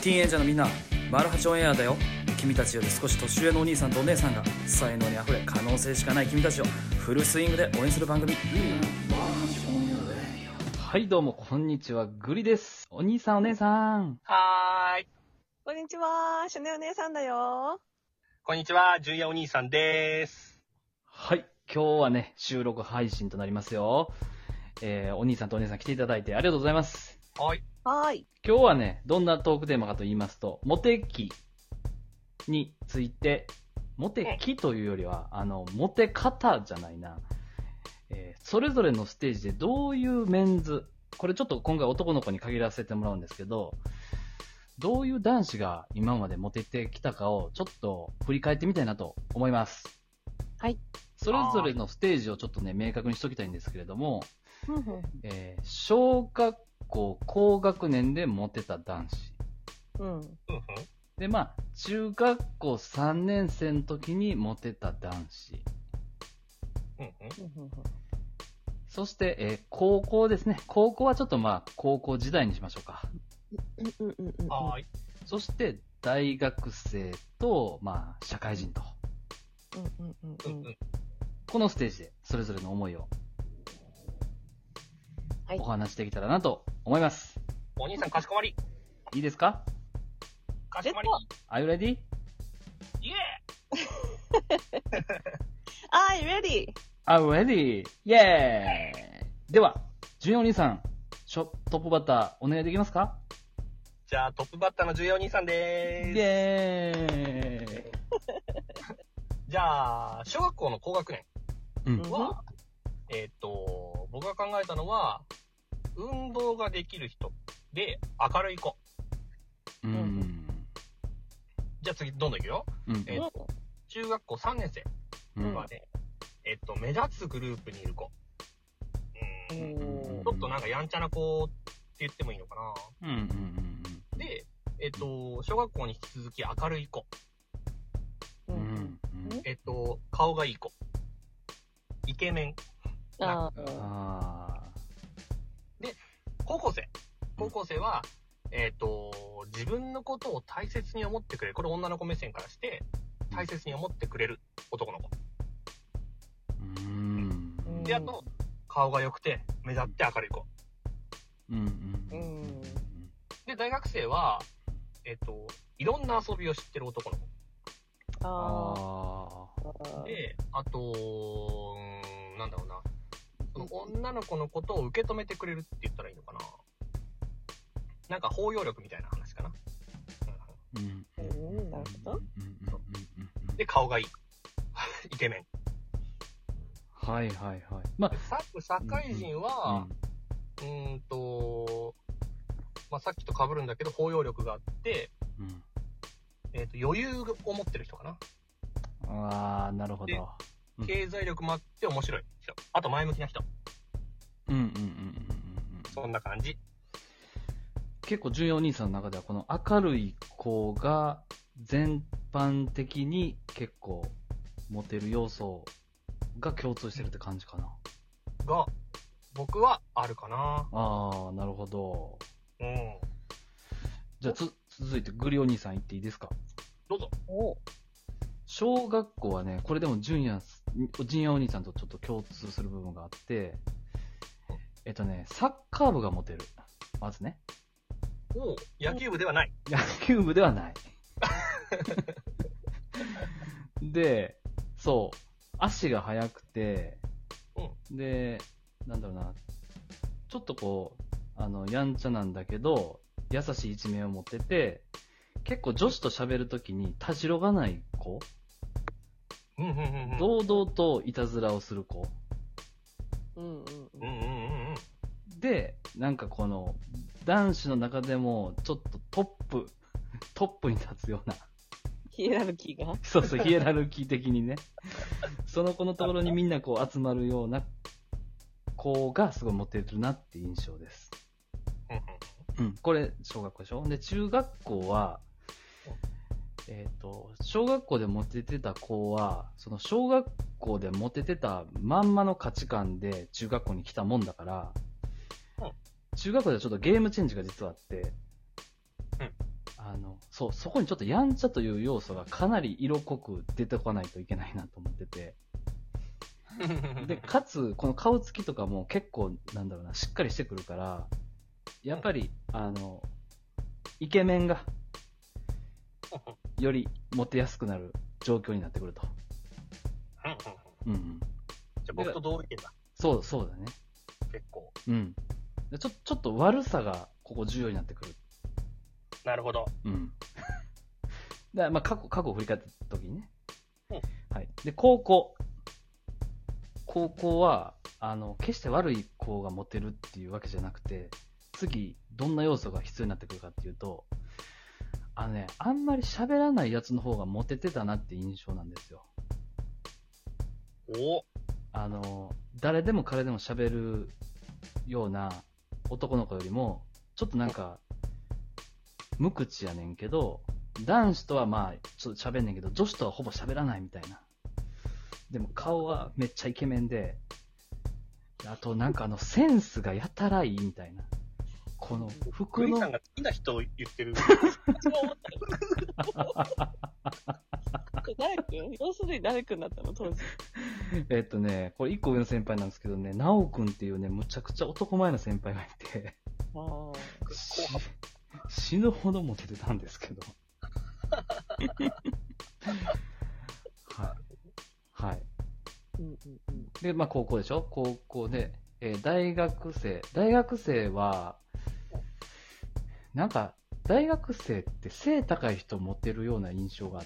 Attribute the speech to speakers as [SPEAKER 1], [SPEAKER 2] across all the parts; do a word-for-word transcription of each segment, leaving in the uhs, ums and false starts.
[SPEAKER 1] ティーンエイジャーのみんな、マルハチオンエアだよ。君たちより少し年上のお兄さんとお姉さんが才能にあふれ可能性しかない君たちをフルスイングで応援する番組。
[SPEAKER 2] はい、どうもこんにちは、グリです。お兄さんお姉さん。
[SPEAKER 3] はーい。
[SPEAKER 4] こんにちは、シュネお姉さんだよ。
[SPEAKER 3] こんにちは、ジュンヤお兄さんでーす。
[SPEAKER 2] はい、今日はね、収録配信となりますよ。えー、お兄さんとお姉さん来ていただいてありがとうございます。
[SPEAKER 3] はい。
[SPEAKER 4] はーい。
[SPEAKER 2] 今日はね、どんなトークテーマかと言いますと、モテ期について、モテ期というよりは、あの、モテ方じゃないな。えー、それぞれのステージでどういうメンズ、これちょっと今回男の子に限らせてもらうんですけど、どういう男子が今までモテてきたかをちょっと振り返ってみたいなと思います。
[SPEAKER 4] はい。
[SPEAKER 2] それぞれのステージをちょっとね、明確にしときたいんですけれども、
[SPEAKER 4] ふんふん。
[SPEAKER 2] えー、小学校高学年でモテた男子。
[SPEAKER 4] うん。
[SPEAKER 3] うんふん。
[SPEAKER 2] で、まあ、中学校さんねん生の時にモテた男子。
[SPEAKER 3] うんふん。
[SPEAKER 4] ふんふんふん。
[SPEAKER 2] そして、えー高校ですね。高校はちょっとまあ、高校時代にしましょうか。
[SPEAKER 4] うんうんうんうん。
[SPEAKER 3] はーい。
[SPEAKER 2] そして、大学生と、まあ、社会人と。
[SPEAKER 4] うんうんうんうん。
[SPEAKER 3] うんうん。
[SPEAKER 2] このステージで、それぞれの思いを、
[SPEAKER 4] はい
[SPEAKER 2] お話しできたらなと思います。
[SPEAKER 3] お兄さんかしこまり。
[SPEAKER 2] いいですか？
[SPEAKER 3] かしこまり。
[SPEAKER 2] Are you ready?
[SPEAKER 3] イエ
[SPEAKER 4] あー、ready?
[SPEAKER 2] I'm ready! イェーイ！では、ジュンお兄さん、ショトップバッターお願いできますか？
[SPEAKER 3] ー。じゃあトップバッターのジュンヤお兄さんで
[SPEAKER 2] イ
[SPEAKER 3] ーす。
[SPEAKER 2] ェーイ！
[SPEAKER 3] じゃあ、小学校の高学年
[SPEAKER 2] うん。
[SPEAKER 3] は、えーっと、僕が考えたのは、運動ができる人で明るい子。
[SPEAKER 2] うん。
[SPEAKER 3] じゃあ次、どんどんいくよ。
[SPEAKER 2] うん。
[SPEAKER 3] えーっと、中学校さんねん生
[SPEAKER 2] うん。
[SPEAKER 3] はね、えーっと、目立つグループにいる子。うーん。
[SPEAKER 2] うん
[SPEAKER 3] ちょっとなんかやんちゃな子って言ってもいいのかな。
[SPEAKER 2] うんうんうん
[SPEAKER 3] で、えっと、小学校に引き続き明るい子。
[SPEAKER 2] うん。う
[SPEAKER 4] うん。
[SPEAKER 2] ん。
[SPEAKER 3] えっと、顔がいい子。イケメン。
[SPEAKER 4] あー。
[SPEAKER 2] あ
[SPEAKER 3] 高校生。高校生は、えっと、自分のことを大切に思ってくれる。これ女の子目線からして、大切に思ってくれる男の子。
[SPEAKER 2] ー。うん。
[SPEAKER 3] で、あと、顔が良くて、目立って明るい子。
[SPEAKER 2] うんうん
[SPEAKER 4] うん。
[SPEAKER 3] で、大学生は、えっと、いろんな遊びを知ってる男の子。
[SPEAKER 4] あ
[SPEAKER 2] あ
[SPEAKER 4] ー。
[SPEAKER 3] で、あと、うーんなんだろうな。その女の子のことを受け止めてくれるって言ったらいいのかな。なんか包容力みたいな話かな。
[SPEAKER 2] ー。うん。
[SPEAKER 4] うん、なるほど。
[SPEAKER 3] で、顔がいい。イケメン。
[SPEAKER 2] はいはいはい。まあ、
[SPEAKER 3] さ社会人は、うーんと、まあ、さっきと被るんだけど、包容力があって、
[SPEAKER 2] うん。うん。
[SPEAKER 3] えっ、と、余裕を持ってる人かな。
[SPEAKER 2] ああ、なるほ
[SPEAKER 3] で
[SPEAKER 2] ど。うん
[SPEAKER 3] 経済力もあって面白い人。あと前向きな人。
[SPEAKER 2] うんうんうんうんうんうん。
[SPEAKER 3] そんな感じ。
[SPEAKER 2] 結構重要お兄さんの中ではこの明るい子が全般的に結構モテる要素が共通してるって感じかな。
[SPEAKER 3] が、僕はあるかな。
[SPEAKER 2] ああ、なるほど。
[SPEAKER 3] うん。
[SPEAKER 2] じゃあつ、続いてグリお兄さん言っていいですか？
[SPEAKER 3] どうぞ。
[SPEAKER 4] お
[SPEAKER 2] 小学校はね、これでも純也、純也お兄さんとちょっと共通する部分があって、えっとね、サッカー部がモテる。まずね。
[SPEAKER 3] おう野球部ではない。
[SPEAKER 2] 野球部ではない。で、そう、足が速くて、で、なんだろうな、ちょっとこう、あの、やんちゃなんだけど、優しい一面を持ってて、結構女子と喋るときにたじろがない子、
[SPEAKER 3] うんうんうんうん。
[SPEAKER 2] 堂々といたずらをする子。
[SPEAKER 4] うんうん
[SPEAKER 3] うんうんうんうん。
[SPEAKER 2] で、なんかこの、男子の中でも、ちょっとトップ、トップに立つような、
[SPEAKER 4] ヒエラルキーが。
[SPEAKER 2] そうそう、ヒエラルキー的にね、その子のところにみんなこう集まるような子がすごいモテるなって印象です。
[SPEAKER 3] うん
[SPEAKER 2] うん、これ、小学校でしょ？で、中学校は、えっと、小学校でモテてた子は、その小学校でモテてたまんまの価値観で中学校に来たもんだから、
[SPEAKER 3] うん
[SPEAKER 2] 中学校ではちょっとゲームチェンジが実はあって、
[SPEAKER 3] うん
[SPEAKER 2] あのそう、そこにちょっとやんちゃという要素がかなり色濃く出てこないといけないなと思ってて。で、かつ、この顔つきとかも結構、なんだろうな、しっかりしてくるから、やっぱり、あの、イケメンが、よりモテやすくなる状況になってくると。うんうん。
[SPEAKER 3] じゃあ僕と同意見だ。
[SPEAKER 2] そう、そうだね。
[SPEAKER 3] 結構。
[SPEAKER 2] うん。でちょ、ちょっと悪さが、ここ重要になってくる。
[SPEAKER 3] なるほど。
[SPEAKER 2] うん。で、まあ、過去、過去を振り返った時にね。
[SPEAKER 3] うん。
[SPEAKER 2] はい。で、高校。高校は、あの、決して悪い子がモテるっていうわけじゃなくて、次、どんな要素が必要になってくるかっていうと、あのね、あんまり喋らないやつの方がモテてたなって印象なんですよ。
[SPEAKER 3] お
[SPEAKER 2] あの、誰でも彼でも喋るような男の子よりも、ちょっとなんか、無口やねんけど、男子とはまあ、ちょっと喋んねんけど、女子とはほぼ喋らないみたいな。でも顔はめっちゃイケメンで、あとなんかあのセンスがやたらいいみたいな。この服の。
[SPEAKER 3] クリさんが好きな人を言ってる。
[SPEAKER 4] そう思ったよ。誰くん要するに誰くんだったの当時。
[SPEAKER 2] えっとね、これ一個上の先輩なんですけどね、なおくんっていうね、むちゃくちゃ男前な先輩がいて、
[SPEAKER 4] あ
[SPEAKER 2] し死ぬほどモテてたんですけど。はい。はい。
[SPEAKER 4] うんうんうん。
[SPEAKER 2] で、まあ高校でしょ高校で、えー大学生。大学生は、なんか、大学生って背高い人モテるような印象があって、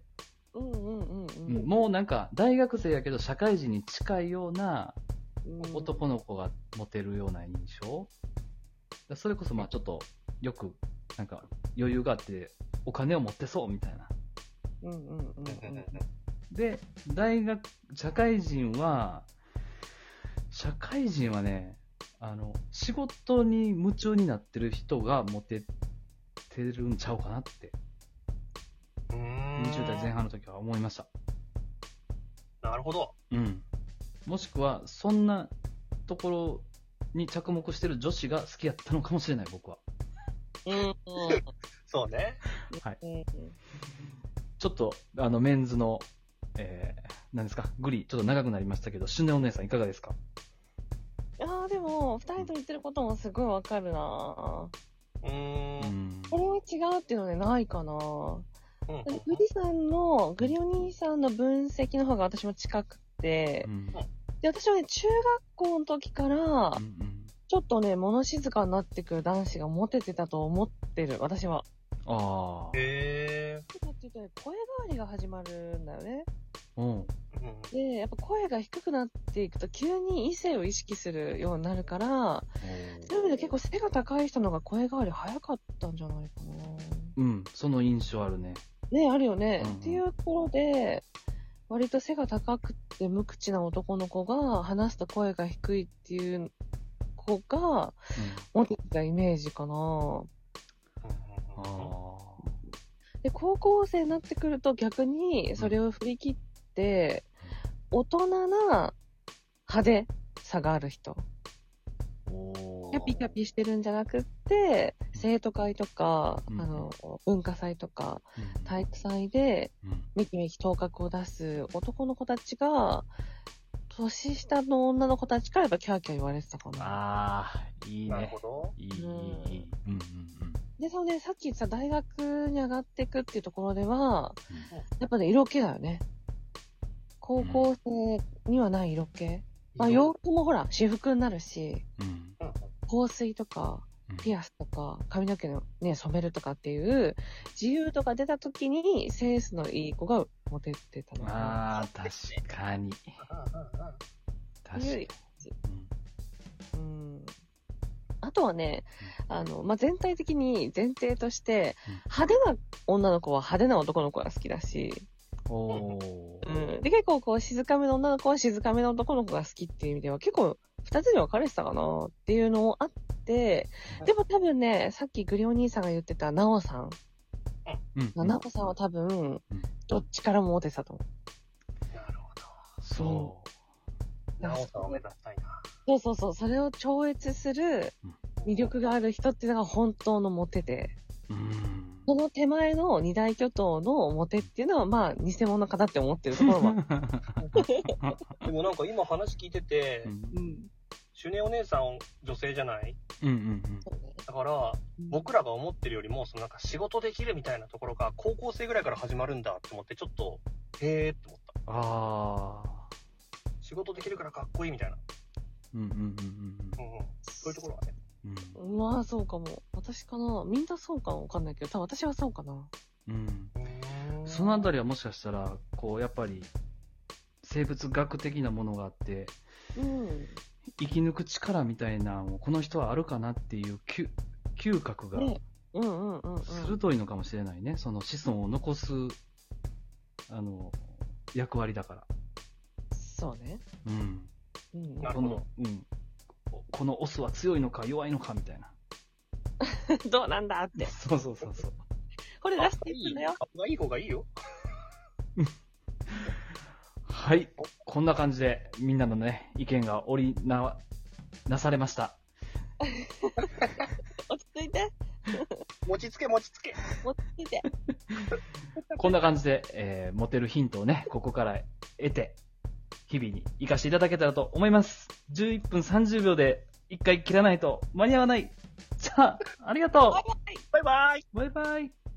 [SPEAKER 4] うんうんうん
[SPEAKER 2] うん
[SPEAKER 4] うん。
[SPEAKER 2] もうなんか、大学生やけど社会人に近いような
[SPEAKER 4] うん
[SPEAKER 2] 男の子がモテるような印象、それこそまあちょっと、よく、なんか、余裕があって、お金を持ってそうみたいな。
[SPEAKER 4] うんうんうんうん。
[SPEAKER 2] で、大学、社会人は、社会人はね、あの、仕事に夢中になってる人がモテてるんちゃうかなって、
[SPEAKER 3] うーん。
[SPEAKER 2] にじゅう代前半の時は思いました。
[SPEAKER 3] なるほど。
[SPEAKER 2] うん。もしくは、そんなところに着目してる女子が好きやったのかもしれない、僕は。
[SPEAKER 4] うんうん
[SPEAKER 3] そうね。
[SPEAKER 4] うん
[SPEAKER 2] ちょっと、あの、メンズの、えー、何ですか、グリ、ちょっと長くなりましたけど、シュネお姉さんいかがですか？
[SPEAKER 4] ああ、でも、二人と言ってることもすごいわかるな。
[SPEAKER 3] うー。
[SPEAKER 2] うんん。
[SPEAKER 4] これは違うっていうのね、ないかな。
[SPEAKER 3] うん
[SPEAKER 4] グリさんの、グリお兄さんの分析の方が私も近くて、
[SPEAKER 2] うん。
[SPEAKER 4] で、私はね、中学校の時から
[SPEAKER 2] うん。う、ん。
[SPEAKER 4] ちょっとね、物静かになってくる男子がモテてたと思ってる、私は。
[SPEAKER 2] ああ。
[SPEAKER 3] へ
[SPEAKER 4] だって言うとね、声変わりが始まるんだよね。
[SPEAKER 2] うん。
[SPEAKER 3] ー。うん
[SPEAKER 4] で、やっぱ声が低くなっていくと急に異性を意識するようになるから、そういう意味で結構背が高い人の方が声変わり早かったんじゃないかな。
[SPEAKER 2] うん、その印象あるね。
[SPEAKER 4] ね、あるよね。
[SPEAKER 2] うんうん
[SPEAKER 4] っていうところで、割と背が高くて無口な男の子が話すと声が低いっていう子がモテてたイメージかな。
[SPEAKER 2] あ
[SPEAKER 3] うん
[SPEAKER 2] あ。
[SPEAKER 4] で、高校生になってくると逆にそれを振り切って、大人な派手さがある人。
[SPEAKER 2] お
[SPEAKER 4] キャピキャピしてるんじゃなくって、生徒会とか、
[SPEAKER 2] うん
[SPEAKER 4] あの、文化祭とか、
[SPEAKER 2] うん
[SPEAKER 4] 体育祭で、
[SPEAKER 2] うん
[SPEAKER 4] めきめき頭角を出す男の子たちが、年下の女の子たちからやっぱキャーキャー言われてたかな。
[SPEAKER 2] ああ、いい
[SPEAKER 3] なる
[SPEAKER 2] ね
[SPEAKER 3] ほ。ど。
[SPEAKER 2] いい、いい、いい。うんうんうん
[SPEAKER 4] で、そのね、さっき言ってた大学に上がっていくっていうところでは、
[SPEAKER 2] うん。
[SPEAKER 4] やっぱね、色気だよね。高校生にはない色気。まあ、洋服もほら、私服になるし、
[SPEAKER 2] うん
[SPEAKER 4] 香水とか、
[SPEAKER 2] うん。
[SPEAKER 4] ピアスとか、髪の毛のね、染めるとかっていう、自由度が出た時に、センスのいい子がモテてたのかな。
[SPEAKER 2] ああ、確かに。
[SPEAKER 3] うんうんうん
[SPEAKER 2] 確かに。
[SPEAKER 4] うん。あとはね、あの、まあ、全体的に前提として、派手な女の子は派手な男の子が好きだし、
[SPEAKER 2] うん、おー。
[SPEAKER 4] うん。で、結構こう、静かめの女の子は静かめの男の子が好きっていう意味では、結構、二つに分かれてたかなっていうのもあって、でも多分ね、さっきグリお兄さんが言ってたナオさん。
[SPEAKER 2] うん。
[SPEAKER 4] ナオさんは多分
[SPEAKER 2] うん、
[SPEAKER 4] どっちからもモテてたと思う。
[SPEAKER 3] なるほど。
[SPEAKER 2] そ
[SPEAKER 3] なおさんを目指したいな。
[SPEAKER 4] そうそうそう、それを超越する魅力がある人っていうのが本当のモテで。
[SPEAKER 2] うん。
[SPEAKER 4] その手前の二大巨頭のモテっていうのは、まあ、偽物かなって思ってるところは。
[SPEAKER 3] でもなんか今話聞いてて、
[SPEAKER 2] うん
[SPEAKER 4] うん。
[SPEAKER 3] シュネお姉さん女性じゃない？
[SPEAKER 2] うんうん
[SPEAKER 4] そうね。
[SPEAKER 3] だから、僕らが思ってるよりも、そのなんか仕事できるみたいなところが高校生ぐらいから始まるんだって思って、ちょっと、へーって思った。
[SPEAKER 2] うん。ああ。
[SPEAKER 3] 仕事できるからかっこいいみたいな。
[SPEAKER 2] うんうんうんうん
[SPEAKER 3] うんうん。そういうところはね。
[SPEAKER 2] うん。
[SPEAKER 4] まあ、そうかも。私かな。みんなそうかわかんないけど、多分私はそうかな。
[SPEAKER 2] うん。
[SPEAKER 3] うん。
[SPEAKER 2] そのあたりはもしかしたら、こう、やっぱり、生物学的なものがあって、
[SPEAKER 4] うん。
[SPEAKER 2] 生き抜く力みたいなのをこの人はあるかなっていう嗅嗅覚が
[SPEAKER 4] ね。うんうんうんうん。
[SPEAKER 2] 鋭いのかもしれないね。その子孫を残す、あの、役割だから。
[SPEAKER 4] そうね。
[SPEAKER 2] うん。
[SPEAKER 4] うん。
[SPEAKER 3] なるほど
[SPEAKER 2] この、うん。このオスは強いのか弱いのかみたいな。
[SPEAKER 4] どうなんだって。
[SPEAKER 2] そうそうそうそう。
[SPEAKER 4] これ出していくんだよ。
[SPEAKER 3] 顔がいい方がいいよ。
[SPEAKER 2] はい。こんな感じでみんなのね、意見が織りな、なされました。
[SPEAKER 4] 落ち着いて。
[SPEAKER 3] 餅つけ餅つけ。
[SPEAKER 4] 落ち着いて。
[SPEAKER 2] こんな感じで、えー、モテるヒントをね、ここから得て、日々に活かしていただけたらと思います。じゅういっぷんさんじゅうびょうでいっかい切らないと間に合わない。じゃあ、ありがとう。
[SPEAKER 3] バイバイ。
[SPEAKER 2] バイバイ。